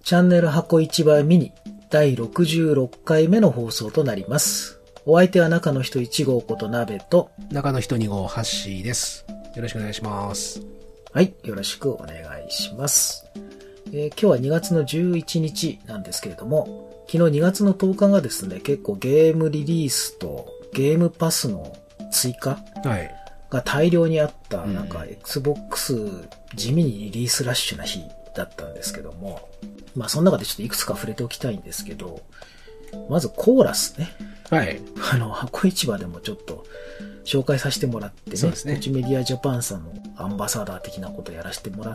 チャンネル箱市場ミニ第66回目の放送となります。お相手は中の人1号こと鍋と中の人2号ハッシーです。よろしくお願いします。 はい、よろしくお願いします。今日は2月の11日なんですけれども、昨日2月の10日がですね、結構ゲームリリースとゲームパスの追加が大量にあった、なんか Xbox 地味にリリースラッシュな日だったんですけども、まあその中でちょっといくつか触れておきたいんですけど、まずコーラスね。 はい。 箱市場でもちょっと紹介させてもらってね。 そうですね。 うちメディアジャパンさんのアンバサダー的なことやらせてもらって、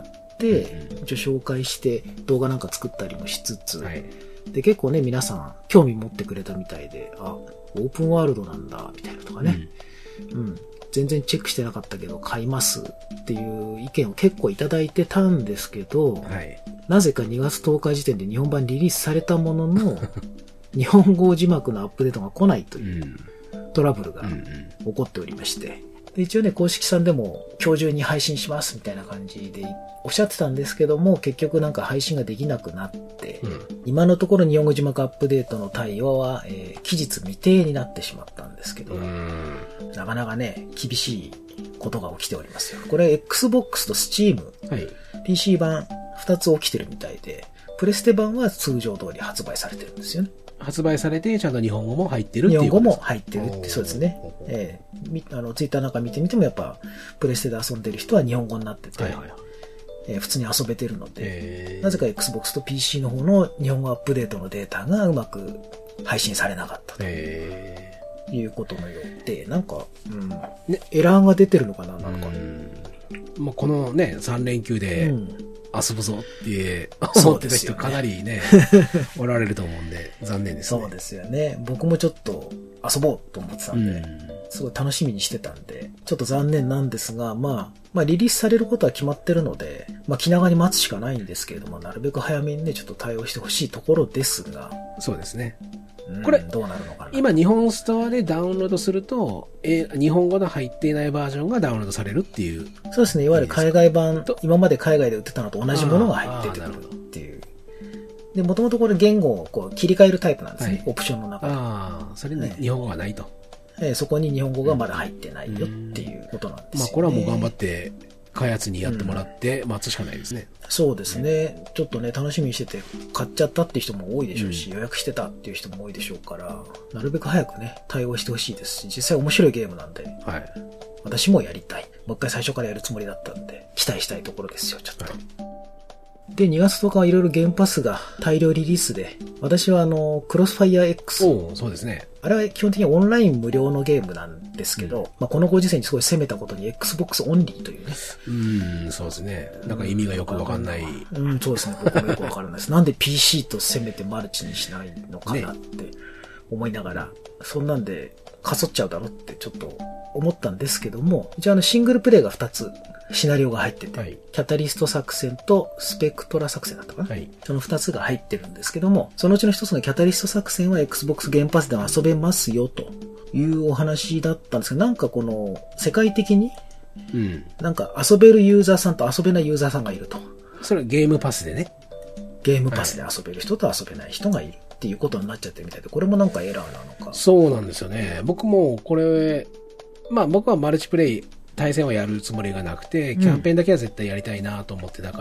一応紹介して動画なんか作ったりもしつつ、はい、で結構ね皆さん興味持ってくれたみたいで、あ、オープンワールドなんだみたいなとかね、全然チェックしてなかったけど買いますっていう意見を結構いただいてたんですけど、はい、なぜか2月10日時点で日本版リリースされたものの日本語字幕のアップデートが来ないというトラブルが起こっておりまして、で一応ね公式さんでも今日中に配信しますみたいな感じでおっしゃってたんですけども、結局なんか配信ができなくなって、今のところ日本語字幕アップデートの対応は、期日未定になってしまったんですけど、なかなかね厳しいことが起きておりますよ。これ Xbox と Steam、はい、PC 版2つ起きてるみたいで、プレステ版は通常通り発売されてるんですよね。 発売されてちゃんと日本語も入ってるっていう日本語も入ってるって、そうですね。ツイッターなんか見てみてもやっぱプレステで遊んでる人は日本語になってて、普通に遊べてるので、なぜか Xbox と PC の方の日本語アップデートのデータがうまく配信されなかったということのようで、なんか、エラーが出てるのかな、なんか。 まあ、このね3連休で遊ぶぞって思ってた人かなりねおられると思うんで残念ですね。 そうですよね。僕もちょっと遊ぼうと思ってたんで、すごい楽しみにしてたんでちょっと残念なんですが、まあリリースされることは決まってるので、気長に待つしかないんですけれども、なるべく早めにねちょっと対応してほしいところですが。 そうですね。これどうなるのかな。 今日本ストアでダウンロードすると、日本語の入っていないバージョンがダウンロードされるっていう。 そうですね。いわゆる海外版と今まで海外で売ってたのと同じものが入っててくるっていう。で、もともとこれ言語をこう切り替えるタイプなんですね。オプションの中で。 それに日本語がないと。 そこに日本語がまだ入ってないよっていうことなんですよね。 これはもう頑張って開発にやってもらって待つしかないですね。 そうですね。ちょっとね楽しみにしてて買っちゃったっていう人も多いでしょうし、予約してたっていう人も多いでしょうから、なるべく早くね対応してほしいですし、実際面白いゲームなんで、私もやりたい。もう一回最初からやるつもりだったんで期待したいところですよ、ちょっと。で、2月10日はいろいろゲームパスが大量リリースで、私はクロスファイア X。 そうですね。 あれは基本的にオンライン無料のゲームなんですけど、このご時世にすごい攻めたことに Xbox オンリーというね。 そうですね。なんか意味がよくわかんない。 そうですね。僕もよくわからないです。なんで PC と攻めてマルチにしないのかなって思いながら、そんなんでかそっちゃうだろってちょっと思ったんですけども、一応シングルプレイが2つ。シナリオが入ってて、キャタリスト作戦とスペクトラ作戦だったかな、その2つが入ってるんですけども、そのうちの1つのキャタリスト作戦は Xbox ゲームパスでも遊べますよというお話だったんですけど、なんかこの世界的に、なんか遊べるユーザーさんと遊べないユーザーさんがいると。 それはゲームパスでね。 ゲームパスで遊べる人と遊べない人がいるっていうことになっちゃってるみたいで、これもなんかエラーなのか。 そうなんですよね。僕もこれ、僕はマルチプレイ、対戦はやるつもりがなくて、キャンペーンだけは絶対やりたいなと思ってたから、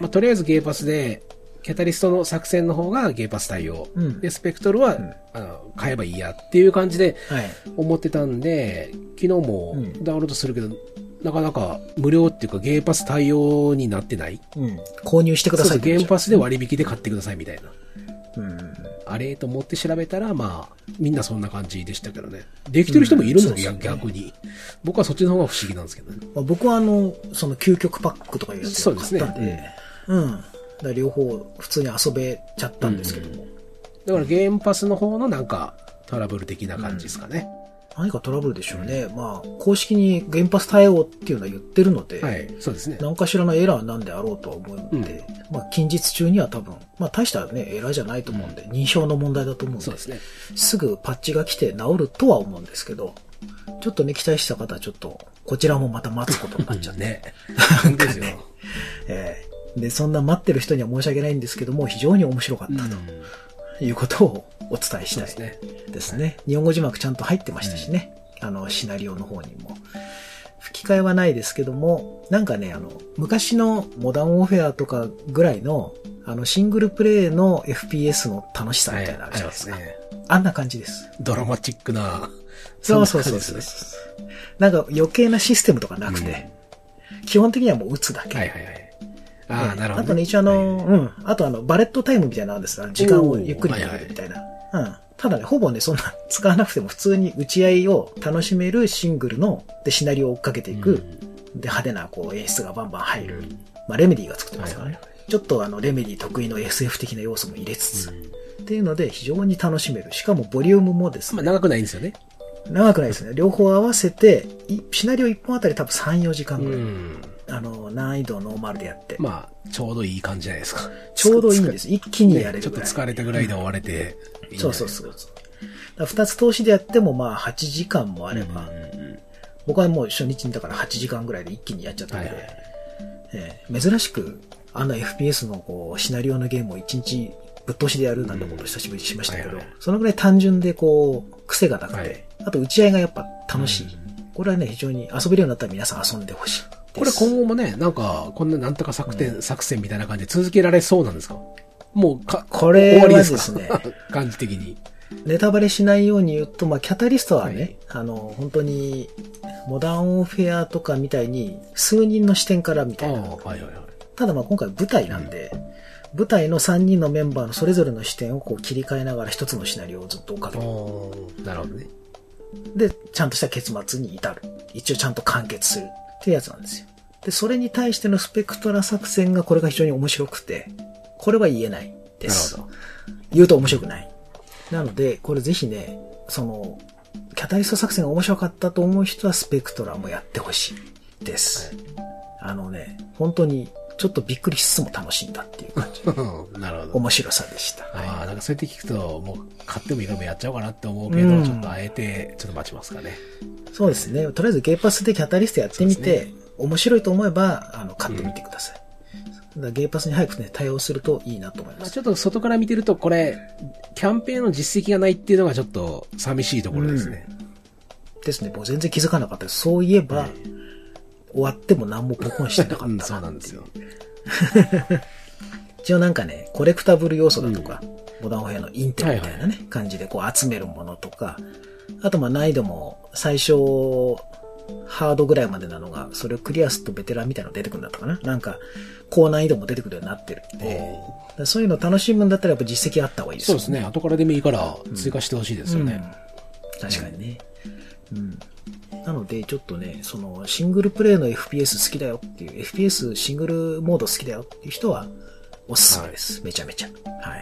とりあえずゲーパスで、キャタリストの作戦の方がゲーパス対応。で、スペクトルは、買えばいいやっていう感じで思ってたんで、昨日もダウンロードするけど、なかなか無料っていうかゲーパス対応になってない。 購入してください。 ゲームパスで割引で買ってくださいみたいな。あれと思って調べたら、みんなそんな感じでしたけどね。できてる人もいるんですよ、逆に。僕はそっちの方が不思議なんですけどね。 僕はその究極パックとかいうやつを買ったんで、だ両方普通に遊べちゃったんですけども。 だからゲームパスの方のなんかトラブル的な感じですかね。 何かトラブルでしょうね。公式にゲームパス対応っていうのは言ってるので、 そうですね。 何かしらのエラーなんであろうとは思うので、近日中には多分、大したね、エラーじゃないと思うんで、認証の問題だと思うんで、すぐパッチが来て治るとは思うんですけど、ちょっとね、期待した方はちょっと、こちらもまた待つことになっちゃって。 なんかね。 で、そんな待ってる人には申し訳ないんですけども、非常に面白かったということをお伝えしたいですね。日本語字幕ちゃんと入ってましたしね。シナリオの方にも。吹き替えはないですけども、なんかね、昔のモダンウォーフェアとかぐらいの、シングルプレイの FPS の楽しさみたいなのあるじゃないですか。あんな感じです。 ドラマチックな。 そう。なんか余計なシステムとかなくて、基本的にはもう撃つだけ。 なるほど。 あとね、一応あとバレットタイムみたいなのあるんですよ。時間をゆっくりやるみたいな。ただね、ほぼね、そんな使わなくても普通に打ち合いを楽しめるシングルの、で、シナリオを追っかけていく。で、派手な演出がバンバン入る。レメディが作ってますからね。ちょっとレメディ得意の SF 的な要素も入れつつ。っていうので、非常に楽しめる。しかもボリュームもですね。 長くないんですよね。 長くないですね。両方合わせて、シナリオ1本あたり多分3、4時間ぐらい。難易度ノーマルでやって。 ちょうどいい感じじゃないですか。 ちょうどいいんです。一気にやれるぐらい。 ちょっと疲れたぐらいで終われて。 そう。2つ通しでやっても8時間もあれば、僕はもう初日にだから8時間ぐらいで一気にやっちゃったので、珍しくFPS のシナリオのゲームを1日ぶっ通しでやるなんてことを久しぶりにしましたけど、そのぐらい単純で癖がなくて、あと打ち合いがやっぱ楽しい。これはね、非常に遊べるようになったら皆さん遊んでほしい。 これ今後もね、なんか、こんななんとか作戦みたいな感じで続けられそうなんですか？もうこれはですね、 感じ的に。 ネタバレしないように言うと、キャタリストはね、本当に、モダンオフェアとかみたいに、数人の視点からみたいな。ただ今回舞台なんで、舞台の3人のメンバーのそれぞれの視点を切り替えながら一つのシナリオをずっと追っかけてる。 なるほどね。 で、ちゃんとした結末に至る。一応ちゃんと完結するっていうやつなんですよ。で、それに対してのスペクトラ作戦がこれが非常に面白くて、これは言えないです。言うと面白くない。なので、これぜひね、キャタリスト作戦が面白かったと思う人はスペクトラもやってほしいです。本当にちょっとびっくりしつつも楽しんだっていう感じ。 なるほど。 面白さでした。 なんかそうやって聞くと、もう買ってもいいかもやっちゃおうかなって思うけど、ちょっとあえて、ちょっと待ちますかね。 そうですね。とりあえずゲーパスでキャタリストやってみて、面白いと思えば、買ってみてください。ゲーパスに早くね、対応するといいなと思います。 ちょっと外から見てると、これ、キャンペーンの実績がないっていうのがちょっと寂しいところですね。 ですね。もう全然気づかなかったです。そういえば、終わっても何もポコンしてなかったな。 そうなんですよ。 一応なんかね、コレクタブル要素だとか、モダンオフェアのインテルみたいなね、感じで集めるものとか、あと難易度も最初、ハードぐらいまでなのが、それをクリアするとベテランみたいなの出てくるんだったかな。なんか、高難易度も出てくるようになってるんで、そういうの楽しむんだったらやっぱ実績あった方がいいですよね。 そうですね。後からでもいいから追加してほしいですよね。 確かにね。なので、ちょっとね、シングルプレイの FPS 好きだよっていう、FPS シングルモード好きだよっていう人は、おすすめです。めちゃめちゃ。はい。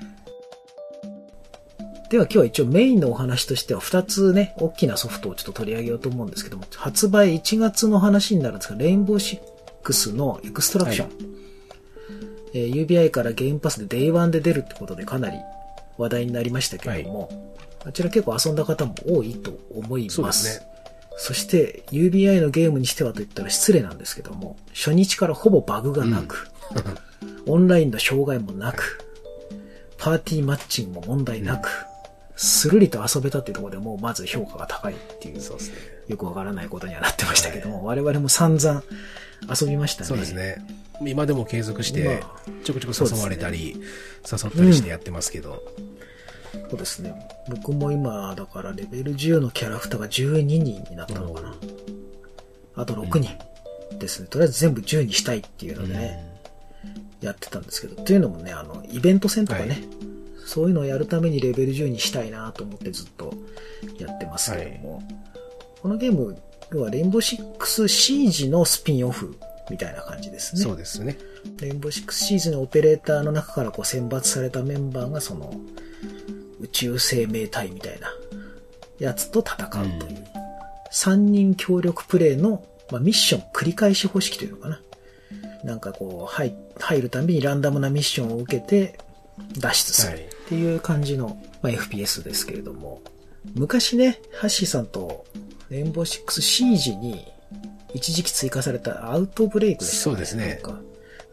では今日は一応メインのお話としては2つね、大きなソフトをちょっと取り上げようと思うんですけども、発売1月の話になるんですが、レインボー6のエクストラクション。UBI からゲームパスで Day1 で出るってことでかなり話題になりましたけれども、あちら結構遊んだ方も多いと思います。そうですね。そして UBI のゲームにしてはと言ったら失礼なんですけども、初日からほぼバグがなく、オンラインの障害もなく、パーティーマッチングも問題なく、スルリと遊べたっていうところでもうまず評価が高いっていう、そうですね、よくわからないことにはなってましたけども、我々も散々遊びましたね。 そうですね。今でも継続してちょくちょく誘われたり、誘ったりしてやってますけど。 そうですね。僕も今だからレベル10のキャラクターが12人になったのかな。あと6人ですね。とりあえず全部10にしたいっていうのでね、やってたんですけど、というのもね、イベント戦とかね、そういうのをやるためにレベル10にしたいなと思ってずっとやってますけども、このゲームはレインボー6シージのスピンオフみたいな感じですね。 そうですね。 レインボー6シーズのオペレーターの中から選抜されたメンバーがその宇宙生命体みたいなやつと戦うという、3人協力プレイの、ミッション繰り返し方式というのかな。なんか入るたびにランダムなミッションを受けて脱出するっていう感じの、FPS ですけれども、昔ね、ハッシーさんとレインボー6シージに一時期追加されたアウトブレイクでしたね。 そうですね。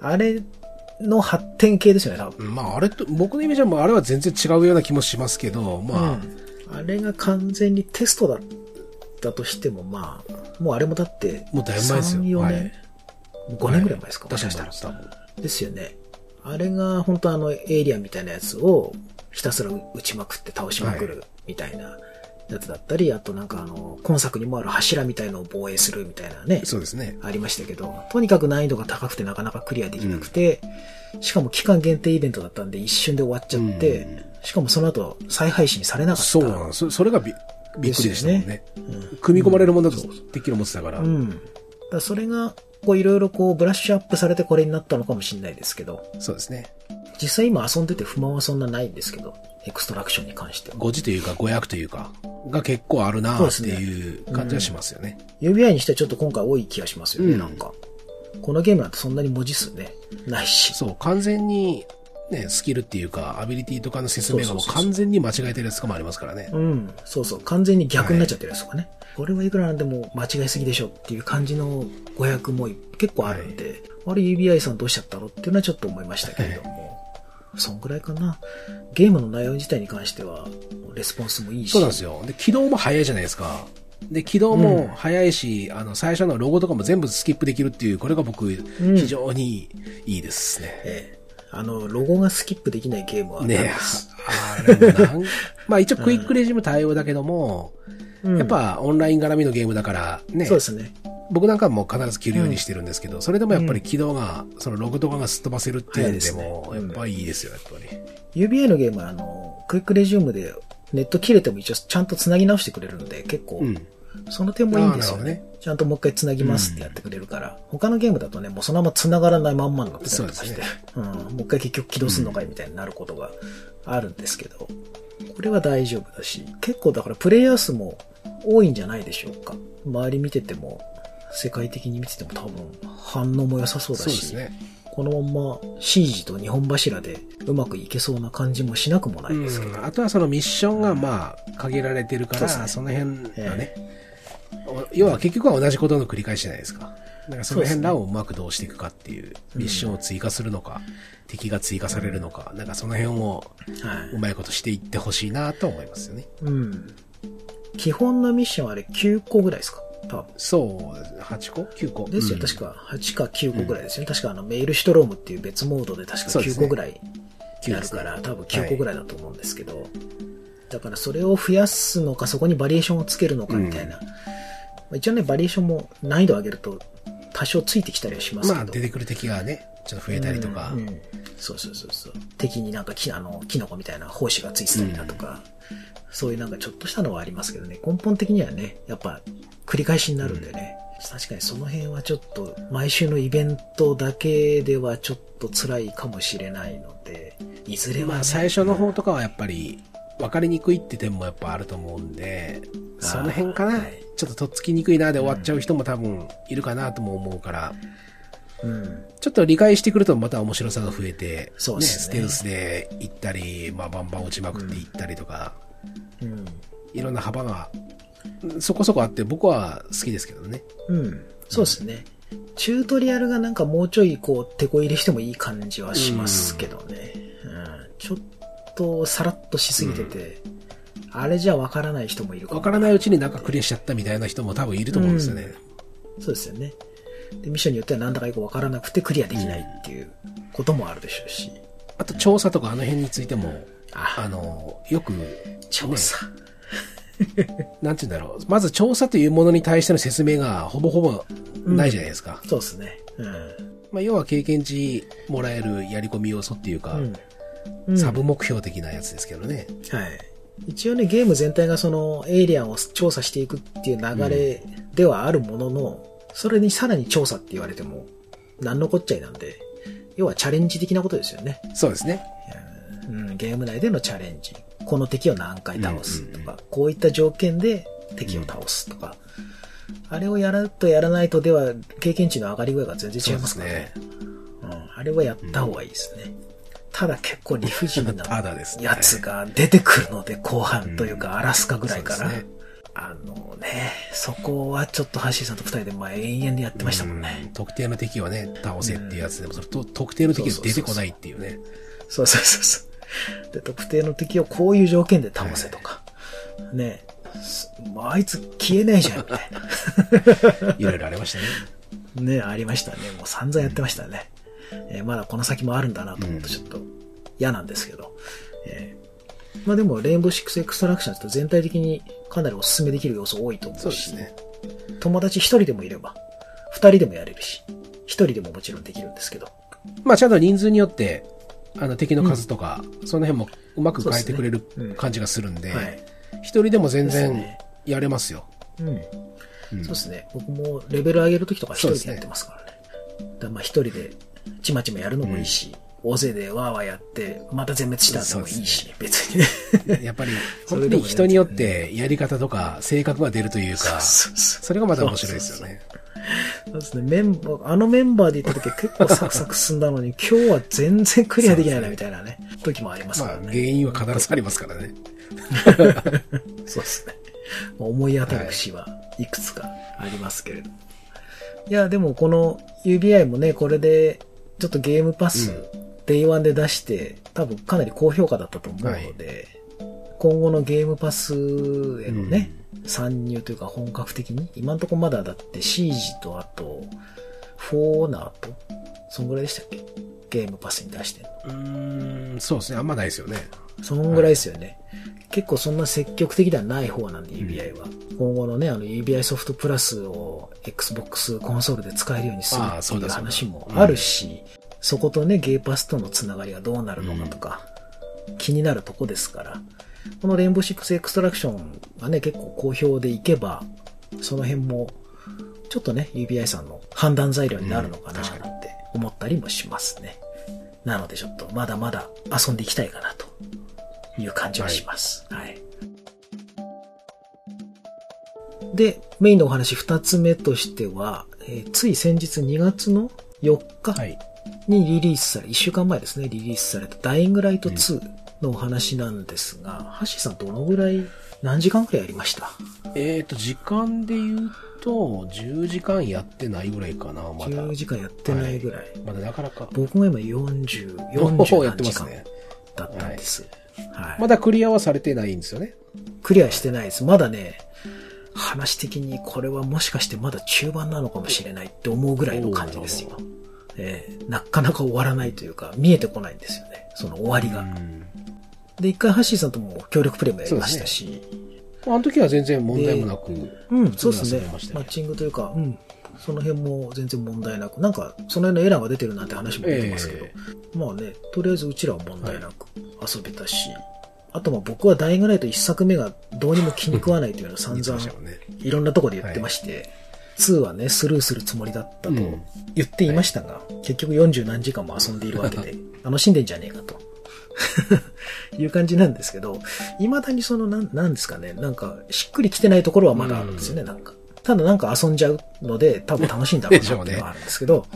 あれの発展系ですよね、多分。 まあ、あれと、僕のイメージはもうあれは全然違うような気もしますけど、まあ、あれが完全にテストだったとしても、まあ、もうあれもだって、 もうだいぶ前ですよ。 3、4年、5年ぐらい前ですか、 もしかしたら多分。 ですよね。あれが本当エイリアンみたいなやつをひたすら撃ちまくって倒しまくるみたいなやつだったり、あとなんか今作にもある柱みたいのを防衛するみたいなね。 そうですね。 ありましたけど、とにかく難易度が高くてなかなかクリアできなくて、しかも期間限定イベントだったんで一瞬で終わっちゃって、しかもその後再配信されなかった。 そうなんです。それがびっくりでしたもんね。組み込まれるものだとできる思ってたから。 だからそれが、いろいろブラッシュアップされてこれになったのかもしれないですけど。 そうですね。 実際今遊んでて不満はそんなないんですけど、エクストラクションに関しては。 誤字というか誤訳というか、が結構あるなっていう感じはしますよね。 UBI にしてはちょっと今回多い気がしますよね、なんか。このゲームだとそんなに文字数ね、ないし。 そう、完全に、ね、スキルっていうか、アビリティとかの説明がもう完全に間違えてるやつとかもありますからね。 そうそう、完全に逆になっちゃってるやつとかね。これはいくらなんでも間違いすぎでしょっていう感じの誤訳も結構あるんで、あれ UBI さんどうしちゃったのっていうのはちょっと思いましたけれども、そんくらいかな。ゲームの内容自体に関しては、レスポンスもいいし。 そうなんですよ。で、起動も早いじゃないですか。で、起動も早いし、最初のロゴとかも全部スキップできるっていう、これが僕、非常にいいですね。 ロゴがスキップできないゲームはあるんです。 まあ一応クイックレジム対応だけども、やっぱオンライン絡みのゲームだからね。 そうですね。 僕なんかも必ず切るようにしてるんですけど、それでもやっぱり起動が、そのログとかがすっ飛ばせるっていうんでも、やっぱいいですよ、やっぱり。 UBI のゲームはクイックレジュームでネット切れても一応ちゃんと繋ぎ直してくれるので、結構、その点もいいんですよね。ちゃんともう一回繋ぎますってやってくれるから、他のゲームだとね、もうそのまま繋がらないまんまになってたりとかして、もう一回結局起動するのかいみたいになることがあるんですけど、これは大丈夫だし、結構だからプレイヤー数も多いんじゃないでしょうか。周り見てても、世界的に見てても多分反応も良さそうだし、このままシージと日本柱でうまくいけそうな感じもしなくもないですけど。 あとはそのミッションがまあ限られてるから、その辺がね、要は結局は同じことの繰り返しじゃないですか。だからその辺らをうまくどうしていくかっていう、ミッションを追加するのか、敵が追加されるのか、なんかその辺をうまいことしていってほしいなと思いますよね。 基本のミッションはあれ9個ぐらいですか？多分。 そう、8個 ?9 個ですよ、確か。8か9個ぐらいですよね。確かメイルシュトロームっていう別モードで確か9個ぐらいやるから、多分9個ぐらいだと思うんですけど、だからそれを増やすのか、そこにバリエーションをつけるのかみたいな。一応ね、バリエーションも難易度上げると多少ついてきたりはしますけど。 まあ出てくる敵がね、ちょっと増えたりとか。 そう。敵になんかキノコみたいな胞子がついてたりだとか、そういうなんかちょっとしたのはありますけどね、根本的にはね、やっぱ繰り返しになるんでね、確かにその辺はちょっと毎週のイベントだけではちょっと辛いかもしれないので、いずれは、ね、 まあ最初の方とかはやっぱり分かりにくいって点もやっぱあると思うんで、その辺かな、ちょっととっつきにくいなで終わっちゃう人も多分いるかなとも思うから、ちょっと理解してくるとまた面白さが増えて、 そうですね、 ステルスで行ったり、まあバンバン落ちまくって行ったりとか、いろんな幅がそこそこあって僕は好きですけどね。 そうですね。チュートリアルがなんかもうちょい手こ入れしてもいい感じはしますけどね。ちょっとさらっとしすぎてて、あれじゃわからない人もいるかも。 わからないうちになんかクリアしちゃったみたいな人も多分いると思うんですよね。 そうですよね。で、ミッションによってはなんだかよくわからなくてクリアできないっていうこともあるでしょうし。 あと調査とかあの辺についても、よく、 調査。 なんて言うんだろう。まず調査というものに対しての説明がほぼほぼないじゃないですか。 そうですね。 まあ、要は経験値もらえるやり込み要素っていうか、サブ目標的なやつですけどね。 一応ね、ゲーム全体がそのエイリアンを調査していくっていう流れではあるものの、それにさらに調査って言われても、何のこっちゃいなんで、要はチャレンジ的なことですよね。 そうですね。 ゲーム内でのチャレンジ。この敵を何回倒すとか、こういった条件で敵を倒すとか、あれをやるとやらないとでは経験値の上がり具合が全然違いますからね。あれはやった方がいいですね。ただ結構理不尽なやつが出てくるので、後半というかアラスカぐらいから。 そこはちょっとハッシーさんと二人で延々でやってましたもんね。 特定の敵をね、倒せっていうやつでも、特定の敵が出てこないっていうね。 そう。で、特定の敵をこういう条件で倒せとか。ね。あいつ消えないじゃん、みたいな。 いろいろありましたね。ね、ありましたね。もう散々やってましたね。まだこの先もあるんだなと思うとちょっと嫌なんですけど。まあでも、レインボーシックスエクストラクションと全体的にかなりお勧めできる要素多いと思うし。 そうですね。 友達一人でもいれば、二人でもやれるし、一人でももちろんできるんですけど。 まあちゃんと人数によって、敵の数とか、その辺もうまく変えてくれる感じがするんで、一人でも全然やれますよ。 そうですね。僕もレベル上げるときとか一人でやってますからね。だまあ一人でちまちまやるのもいいし、大勢でワーワーやって、また全滅したのもいいし、別にね。 やっぱり、本当に人によってやり方とか性格が出るというか、それがまた面白いですよね。 そうですね。メンバーで行った時は結構サクサク進んだのに、今日は全然クリアできないなみたいなね、時もありますからね。 まあ、原因は必ずありますからね。 そうですね。思い当たる節はいくつかありますけれど。いや、でもこの UBI もね、これで、ちょっとゲームパス、デイ1で出して、多分かなり高評価だったと思うので、今後のゲームパスへのね、参入というか本格的に、今んとこまだだってシージとあと、フォーナーと、そんぐらいでしたっけ？ゲームパスに出してんの。 そうですね。あんまないですよね。 そんぐらいですよね。結構そんな積極的ではない方なんで、UBI は。今後のね、UBI ソフトプラスを Xbox コンソールで使えるようにするっていう話もあるし、そことね、ゲーパスとのつながりがどうなるのかとか、気になるとこですから、このレインボーシックスエクストラクションがね、結構好評でいけば、その辺も、ちょっとね、UBI さんの判断材料になるのかななんて思ったりもしますね。なのでちょっとまだまだ遊んでいきたいかなという感じはします。はい。で、メインのお話2つ目としては、つい先日2月の4日にリリースされ、1週間前ですね、リリースされたダイイングライト2のお話なんですが、ハッシーさんどのぐらい、何時間くらいやりました？ 時間で言うと、10時間やってないぐらいかな、まだ。 10時間やってないぐらい。 まだなかなか。 僕も今40 やってますね。 だったんです。 はい。まだクリアはされてないんですよね。 クリアしてないです。まだね、話的にこれはもしかしてまだ中盤なのかもしれないって思うぐらいの感じですよ。なかなか終わらないというか、見えてこないんですよね。その終わりが。で、一回ハッシーさんとも協力プレイもやりましたし。 あの時は全然問題もなく。 そうですね。マッチングというか、その辺も全然問題なく。なんか、その辺のエラーが出てるなんて話も出てますけど。まあね、とりあえずうちらは問題なく遊べたし。あと僕はダイイングライト1作目がどうにも気に食わないというのを散々いろんなところで言ってまして、2はね、スルーするつもりだったと言っていましたが、結局40何時間も遊んでいるわけで、楽しんでんじゃねえかと。いう感じなんですけど、未だになんですかね、なんか、しっくりきてないところはまだあるんですよね、なんか。ただなんか遊んじゃうので、多分楽しいんだろうなっていうのはあるんですけど、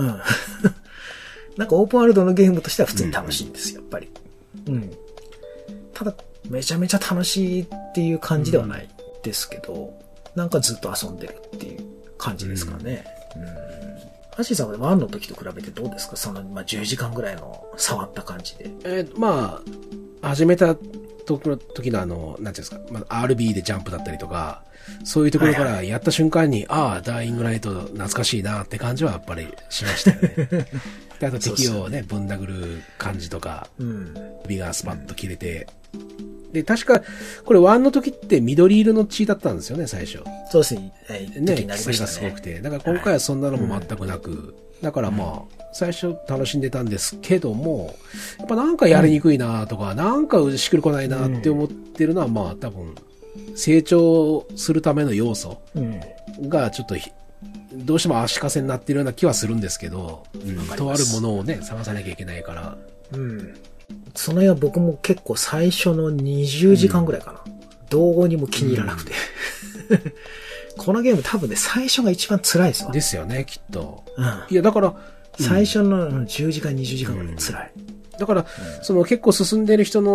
なんかオープンワールドのゲームとしては普通に楽しいんですよ、やっぱり。ただ、めちゃめちゃ楽しいっていう感じではないですけど、なんかずっと遊んでるっていう感じですかね。ハッシーさんは1の時と比べてどうですか？10時間ぐらいの触った感じで。 まあ、始めた時のなんていうんですか、RB でジャンプだったりとか、そういうところからやった瞬間に、ダイイングライト懐かしいなって感じはやっぱりしましたよね。で、あと敵をね、ぶん殴る感じとか、首がスパッと切れて、で、確か、これ1の時って緑色の血だったんですよね、最初。 そうですね。 それがすごくて。だから今回はそんなのも全くなく、だからまあ、最初楽しんでたんですけども、やっぱなんかやりにくいなとか、なんかしっくりこないなって思ってるのは、まあ多分、成長するための要素がちょっと、どうしても足かせになってるような気はするんですけど、とあるものをね、探さなきゃいけないから。 その辺は僕も結構最初の20時間ぐらいかな。どうにも気に入らなくて。このゲーム多分ね、最初が一番辛いですわ。 ですよね、きっと。いや、だから、 最初の10時間、20時間ぐらい辛い。 だから、結構進んでる人の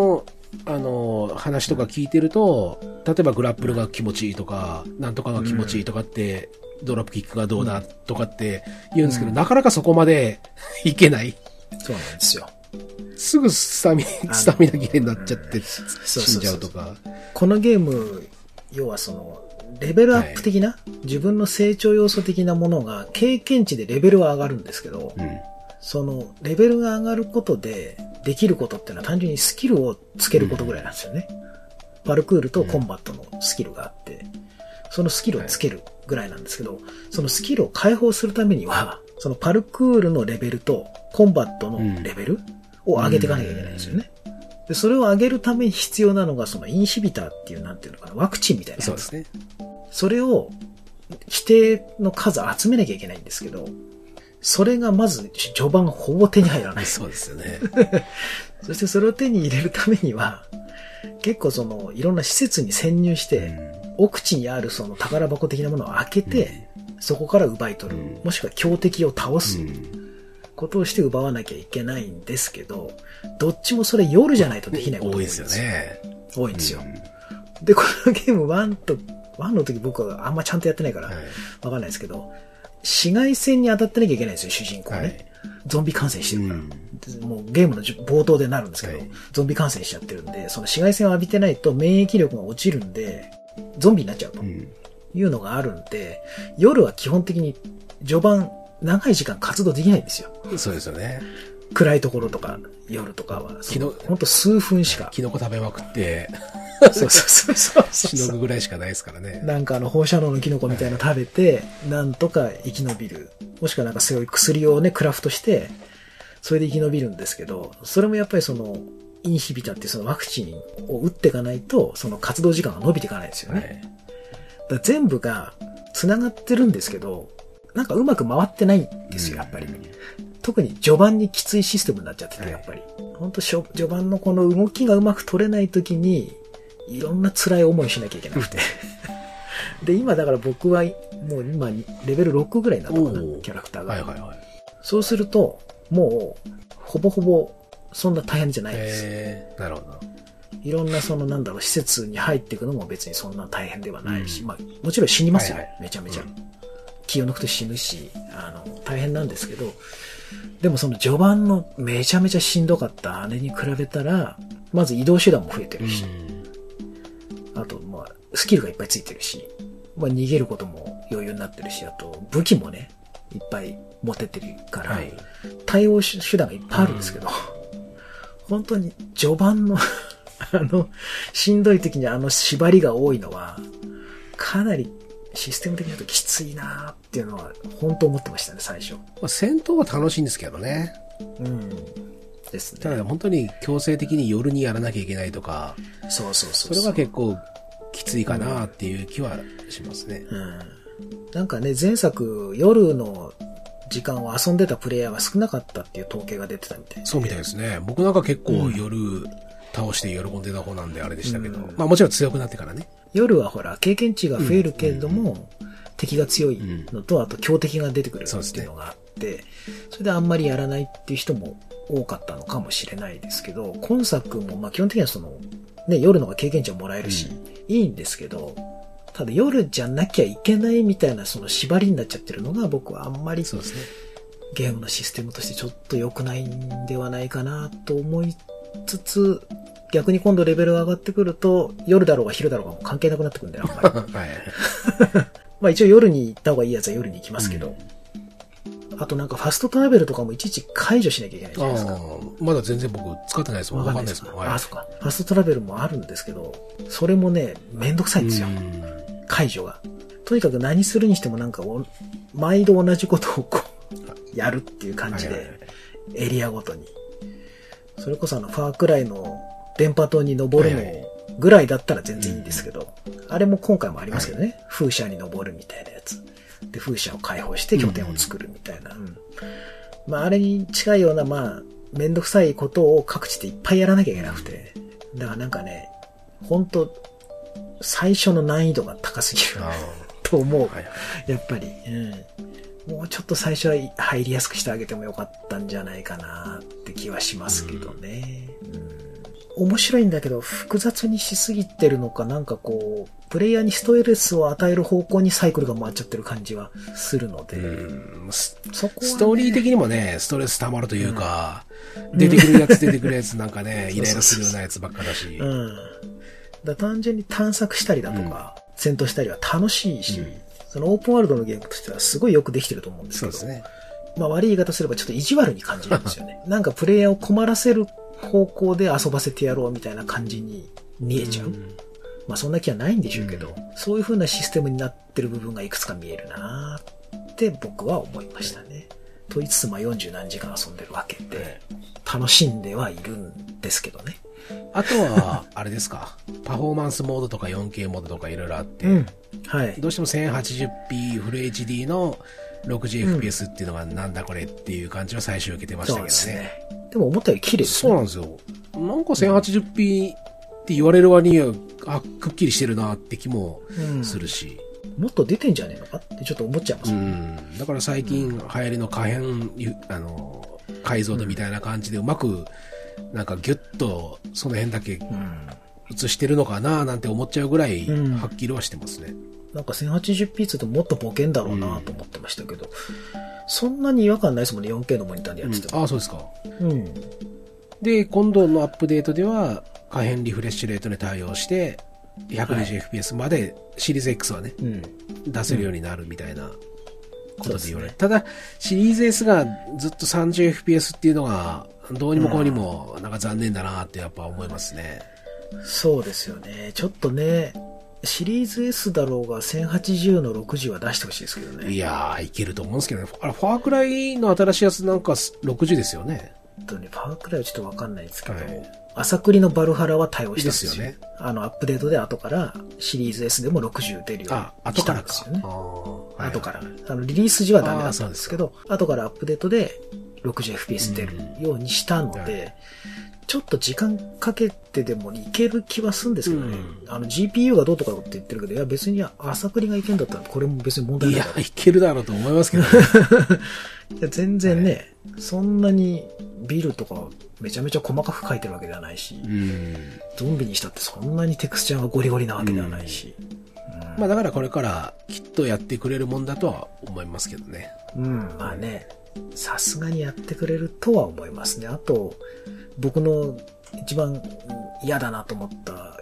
話とか聞いてると、例えばグラップルが気持ちいいとか、なんとかが気持ちいいとかって、ドロップキックがどうだとかって言うんですけど、なかなかそこまでいけない。 そうなんですよ。 すぐスタミナ切れになっちゃって死んじゃうとか。 このゲーム、要はレベルアップ的な、自分の成長要素的なものが経験値でレベルは上がるんですけど、レベルが上がることでできることっていうのは単純にスキルをつけることぐらいなんですよね。パルクールとコンバットのスキルがあって、そのスキルをつけるぐらいなんですけど、そのスキルを解放するためには、そのパルクールのレベルとコンバットのレベルを上げていかなきゃいけないんですよね。で、それを上げるために必要なのが、そのインヒビターっていう、なんていうのかな、ワクチンみたいなやつ。 そうですね。 それを、規定の数集めなきゃいけないんですけど、それがまず序盤ほぼ手に入らない。 そうですよね。 そしてそれを手に入れるためには、結構いろんな施設に潜入して、奥地にあるその宝箱的なものを開けて、そこから奪い取る。もしくは強敵を倒す。ことをして奪わなきゃいけないんですけど、どっちもそれ夜じゃないとできないことが多いんですよ。 多いですよね。 多いんですよ。で、このゲーム1の時僕はあんまちゃんとやってないから、わかんないですけど、紫外線に当たってなきゃいけないんですよ、主人公ね。ゾンビ感染してるから。もうゲームの冒頭でなるんですけど、ゾンビ感染しちゃってるんで、その紫外線を浴びてないと免疫力が落ちるんで、ゾンビになっちゃうというのがあるんで、夜は基本的に序盤、長い時間活動できないんですよ。 そうですよね。 暗いところとか夜とかは、ほんと数分しか。 キノコ食べまくって、 そうしのぐぐらいしかないですからね。 なんか放射能のキノコみたいなの食べて、なんとか生き延びる。もしくはなんかそういう薬をね、クラフトして、それで生き延びるんですけど、それもやっぱりインヒビタってそのワクチンを打っていかないと、その活動時間が伸びていかないんですよね。だから全部が繋がってるんですけど、なんかうまく回ってないんですよ、やっぱり。特に序盤にきついシステムになっちゃってて、やっぱり。ほんと序盤のこの動きがうまく取れない時に、いろんな辛い思いしなきゃいけなくて。で、今だから僕は、もう今、レベル6ぐらいになったかな、キャラクターが。そうすると、もう、ほぼほぼ、そんな大変じゃないんです。 なるほど。 いろんな施設に入っていくのも別にそんな大変ではないし、まあ、もちろん死にますよ、めちゃめちゃ。気を抜くと死ぬし、大変なんですけど、でもその序盤のめちゃめちゃしんどかったあれに比べたら、まず移動手段も増えてるし、あと、まあ、スキルがいっぱいついてるし、まあ、逃げることも余裕になってるし、あと、武器もね、いっぱい持ってってるから、対応手段がいっぱいあるんですけど、本当に序盤のしんどい時に縛りが多いのは、かなりシステム的に言うときついなーっていうのは本当思ってましたね、最初。 まあ、戦闘は楽しいんですけどね。 ですね。 ただ本当に強制的に夜にやらなきゃいけないとか、それが結構きついかなっていう気はしますね。 なんかね、前作夜の時間を遊んでたプレイヤーが少なかったっていう統計が出てたみたいで。 そうみたいですね。僕なんか結構夜倒して喜んでた方なんであれでしたけど、まあもちろん強くなってからね。 夜はほら経験値が増えるけれども、敵が強いのと、あと強敵が出てくるっていうのがあって、それであんまりやらないっていう人も多かったのかもしれないですけど、今作もまあ基本的にはね、夜の方が経験値はもらえるし、いいんですけど、ただ夜じゃなきゃいけないみたいな縛りになっちゃってるのが僕はあんまりゲームのシステムとしてちょっと良くないんではないかなと思いつつ、逆に今度レベルが上がってくると夜だろうが昼だろうがもう関係なくなってくるんだよ、あんまり。まあ一応夜に行った方がいいやつは夜に行きますけど、あとなんかファストトラベルとかもいちいち解除しなきゃいけないじゃないですか。 まだ全然僕使ってないですもん。わかんないですもん。 そうか。ファストトラベルもあるんですけど、それもね、めんどくさいんですよ。解除が。とにかく何するにしてもなんか毎度同じことをやるっていう感じで、エリアごとに。それこそファークライの電波塔に登るのぐらいだったら全然いいんですけど、あれも今回もありますけどね。風車に登るみたいなやつ。で、風車を開放して拠点を作るみたいな。まあ、あれに近いような、まあ、めんどくさいことを各地でいっぱいやらなきゃいけなくて。だからなんかね、ほんと、最初の難易度が高すぎると思う。やっぱり、もうちょっと最初は入りやすくしてあげてもよかったんじゃないかなって気はしますけどね。 面白いんだけど、複雑にしすぎてるのか、なんかこう、プレイヤーにストレスを与える方向にサイクルが回っちゃってる感じはするので、そこはね、 ストーリー的にもね、ストレス溜まるというか、出てくるやつなんかね、イライラするようなやつばっかだし。 単純に探索したりだとか、戦闘したりは楽しいし、そのオープンワールドのゲームとしてはすごいよくできてると思うんですけど、そうですね。まあ悪い言い方すればちょっと意地悪に感じるんですよね。なんかプレイヤーを困らせる方向で遊ばせてやろうみたいな感じに見えちゃう。まあそんな気はないんでしょうけど、そういう風なシステムになってる部分がいくつか見えるなって僕は思いましたね。と言いつつまあ40何時間遊んでるわけで、楽しんではいるんですけどね。 あとは、あれですか、パフォーマンスモードとか 4K モードとかいろいろあって、はい。どうしても 1080p フル HD の 60fps っていうのがなんだこれっていう感じは最初受けてましたけどね。そうですね。 でも思ったより綺麗ですね。そうなんですよ。なんか 1080p って言われる割には、くっきりしてるなって気もするし。 もっと出てんじゃねえのかってちょっと思っちゃいますもんね。 だから最近流行りの可変、解像度みたいな感じでうまく、なんかギュッとその辺だけ映してるのかななんて思っちゃうぐらいはっきりはしてますね。 なんか 1080p つってもっとボケんだろうなと思ってましたけど、そんなに違和感ないですもんね、4K のモニターでやってても。 そうですか。で、今度のアップデートでは可変リフレッシュレートに対応して 120fps までシリーズ X はね、出せるようになるみたいなことで言われる。ただシリーズ S がずっと 30fps っていうのがどうにもこうにもなんか残念だなってやっぱ思いますね。 そうですよね。ちょっとね、シリーズ S だろうが1080の60は出してほしいですけどね。 いやー、いけると思うんですけどね。ファークライの新しいやつなんか60ですよね。 ファークライはちょっとわかんないですけど、朝栗のバルハラは対応したんですよね。アップデートで後からシリーズ S でも60出るようにしたんですよね。後から。リリース時はダメだったんですけど、後からアップデートで60fps 出るようにしたので、ちょっと時間かけてでもいける気はするんですけどね。GPU がどうとかって言ってるけど、いや別に朝栗がいけんだったらこれも別に問題ない。 いや、いけるだろうと思いますけどね。 いや全然ね、そんなにビルとかめちゃめちゃ細かく書いてるわけではないし、ゾンビにしたってそんなにテクスチャーがゴリゴリなわけではないし。 まあだからこれからきっとやってくれるもんだとは思いますけどね。 まあね、さすがにやってくれるとは思いますね。あと、僕の一番嫌だなと思った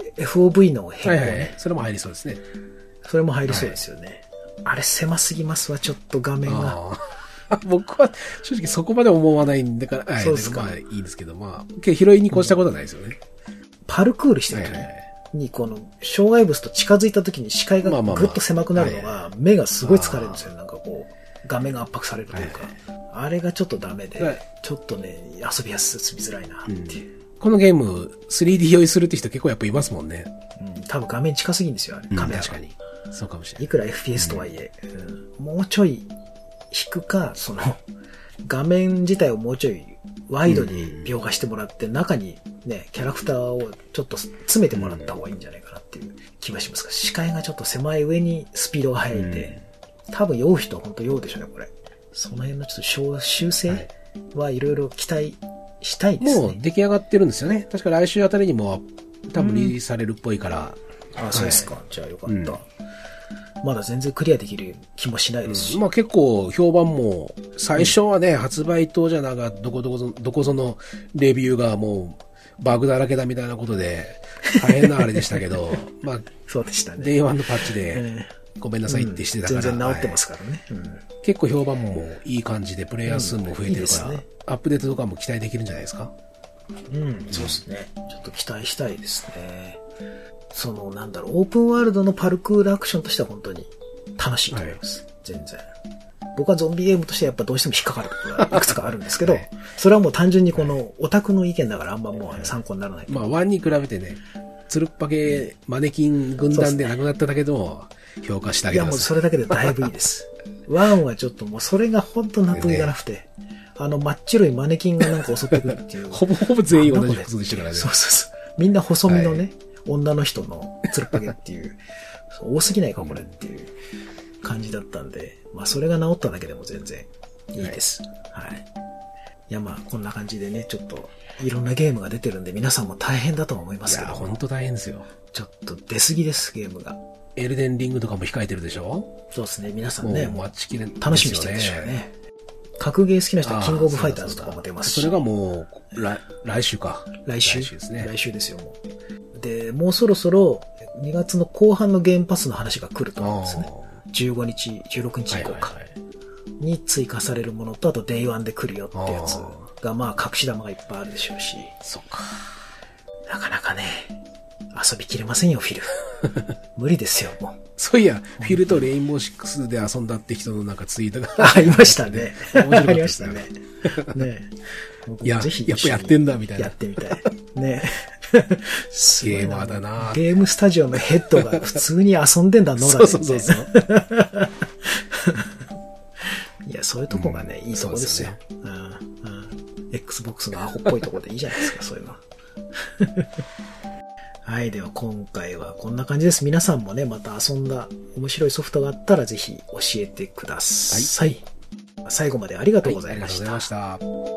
FOV の変更ね。 それも入りそうですね。 それも入りそうですよね。あれ狭すぎますわ、ちょっと画面が。 僕は正直そこまで思わないんだから、そうですか。まあいいですけど、まあ、拾いに越したことはないですよね。 パルクールしてる時に、この障害物と近づいた時に視界がぐっと狭くなるのが、目がすごい疲れるんですよ。なんかこう、画面が圧迫されるというか。あれがちょっとダメで、ちょっとね、遊びづらいなっていう。 このゲーム、3D 用意するって人結構やっぱいますもんね。 多分画面近すぎんですよ、あれ。カメラが。 確かに。そうかもしれない。 いくら FPS とはいえ、もうちょい引くか、画面自体をもうちょいワイドに描画してもらって、中にね、キャラクターをちょっと詰めてもらった方がいいんじゃないかなっていう気がしますが、視界がちょっと狭い上にスピードが速いんで、多分酔う人は本当酔うでしょうね、これ。その辺のちょっと修正はいろいろ期待したいですね。 もう出来上がってるんですよね。確か来週あたりにも多分リリースされるっぽいから。 そうですか。じゃあよかった。まだ全然クリアできる気もしないですし。 まあ結構評判も、最初はね、発売当じゃながどこぞのレビューがもうバグだらけだみたいなことで大変なあれでしたけど、まあ、 そうでしたね。 Day1 のパッチでごめんなさいってしてたから。 全然治ってますからね。 結構評判もいい感じでプレイヤー数も増えてるから、アップデートとかも期待できるんじゃないですか？ そうですね。ちょっと期待したいですね。なんだろう、オープンワールドのパルクールアクションとしては本当に楽しいと思います。全然。僕はゾンビゲームとしてはやっぱどうしても引っかかるところがいくつかあるんですけど、それはもう単純にこのオタクの意見だからあんまもう参考にならない。 まあ、1に比べてね、つるっぱけマネキン軍団でなくなっただけでも評価してあげてください。いやもうそれだけでだいぶいいです。1はちょっともうそれが本当納得いかなくて、真っ白いマネキンがなんか襲ってくるっていう。 ほぼ全員同じ服でしたからね。 そう。みんな細身のね、女の人のつるっぱげっていう、多すぎないかこれっていう感じだったんで、まあそれが治っただけでも全然いいです。はい。 いやまあこんな感じでね、ちょっといろんなゲームが出てるんで皆さんも大変だと思いますけど。 いや、ほんと大変ですよ。 ちょっと出過ぎです、ゲームが。 エルデンリングとかも控えてるでしょ？ そうですね、皆さんね、 もう待ちきれん、 楽しみにしてるでしょうね。格ゲー好きな人はキングオブファイターズとかも出ますし。 それがもう、来週か。 来週ですね。 来週ですよ、もう。で、もうそろそろ2月の後半のゲームパスの話が来ると思うんですね。15日、16日以降か。に追加されるものと、あと Day1 で来るよってやつが、まあ隠し玉がいっぱいあるでしょうし。 そうか。 なかなかね、遊びきれませんよ、フィル。無理ですよ、もう。 そういや、フィルとレインボーシックスで遊んだって人のなんかツイートがありましたね。ありましたね。ねいや、やっぱやってんだ、みたいな。 やってみたい。ねゲーマーだな。 ゲームスタジオのヘッドが普通に遊んでんだ、野良で。 そう。 いや、そういうとこがね、いいとこですよ。Xbox のアホっぽいとこでいいじゃないですか、そういうの。はい、では今回はこんな感じです。皆さんもね、また遊んだ面白いソフトがあったらぜひ教えてください。最後までありがとうございました。 ありがとうございました。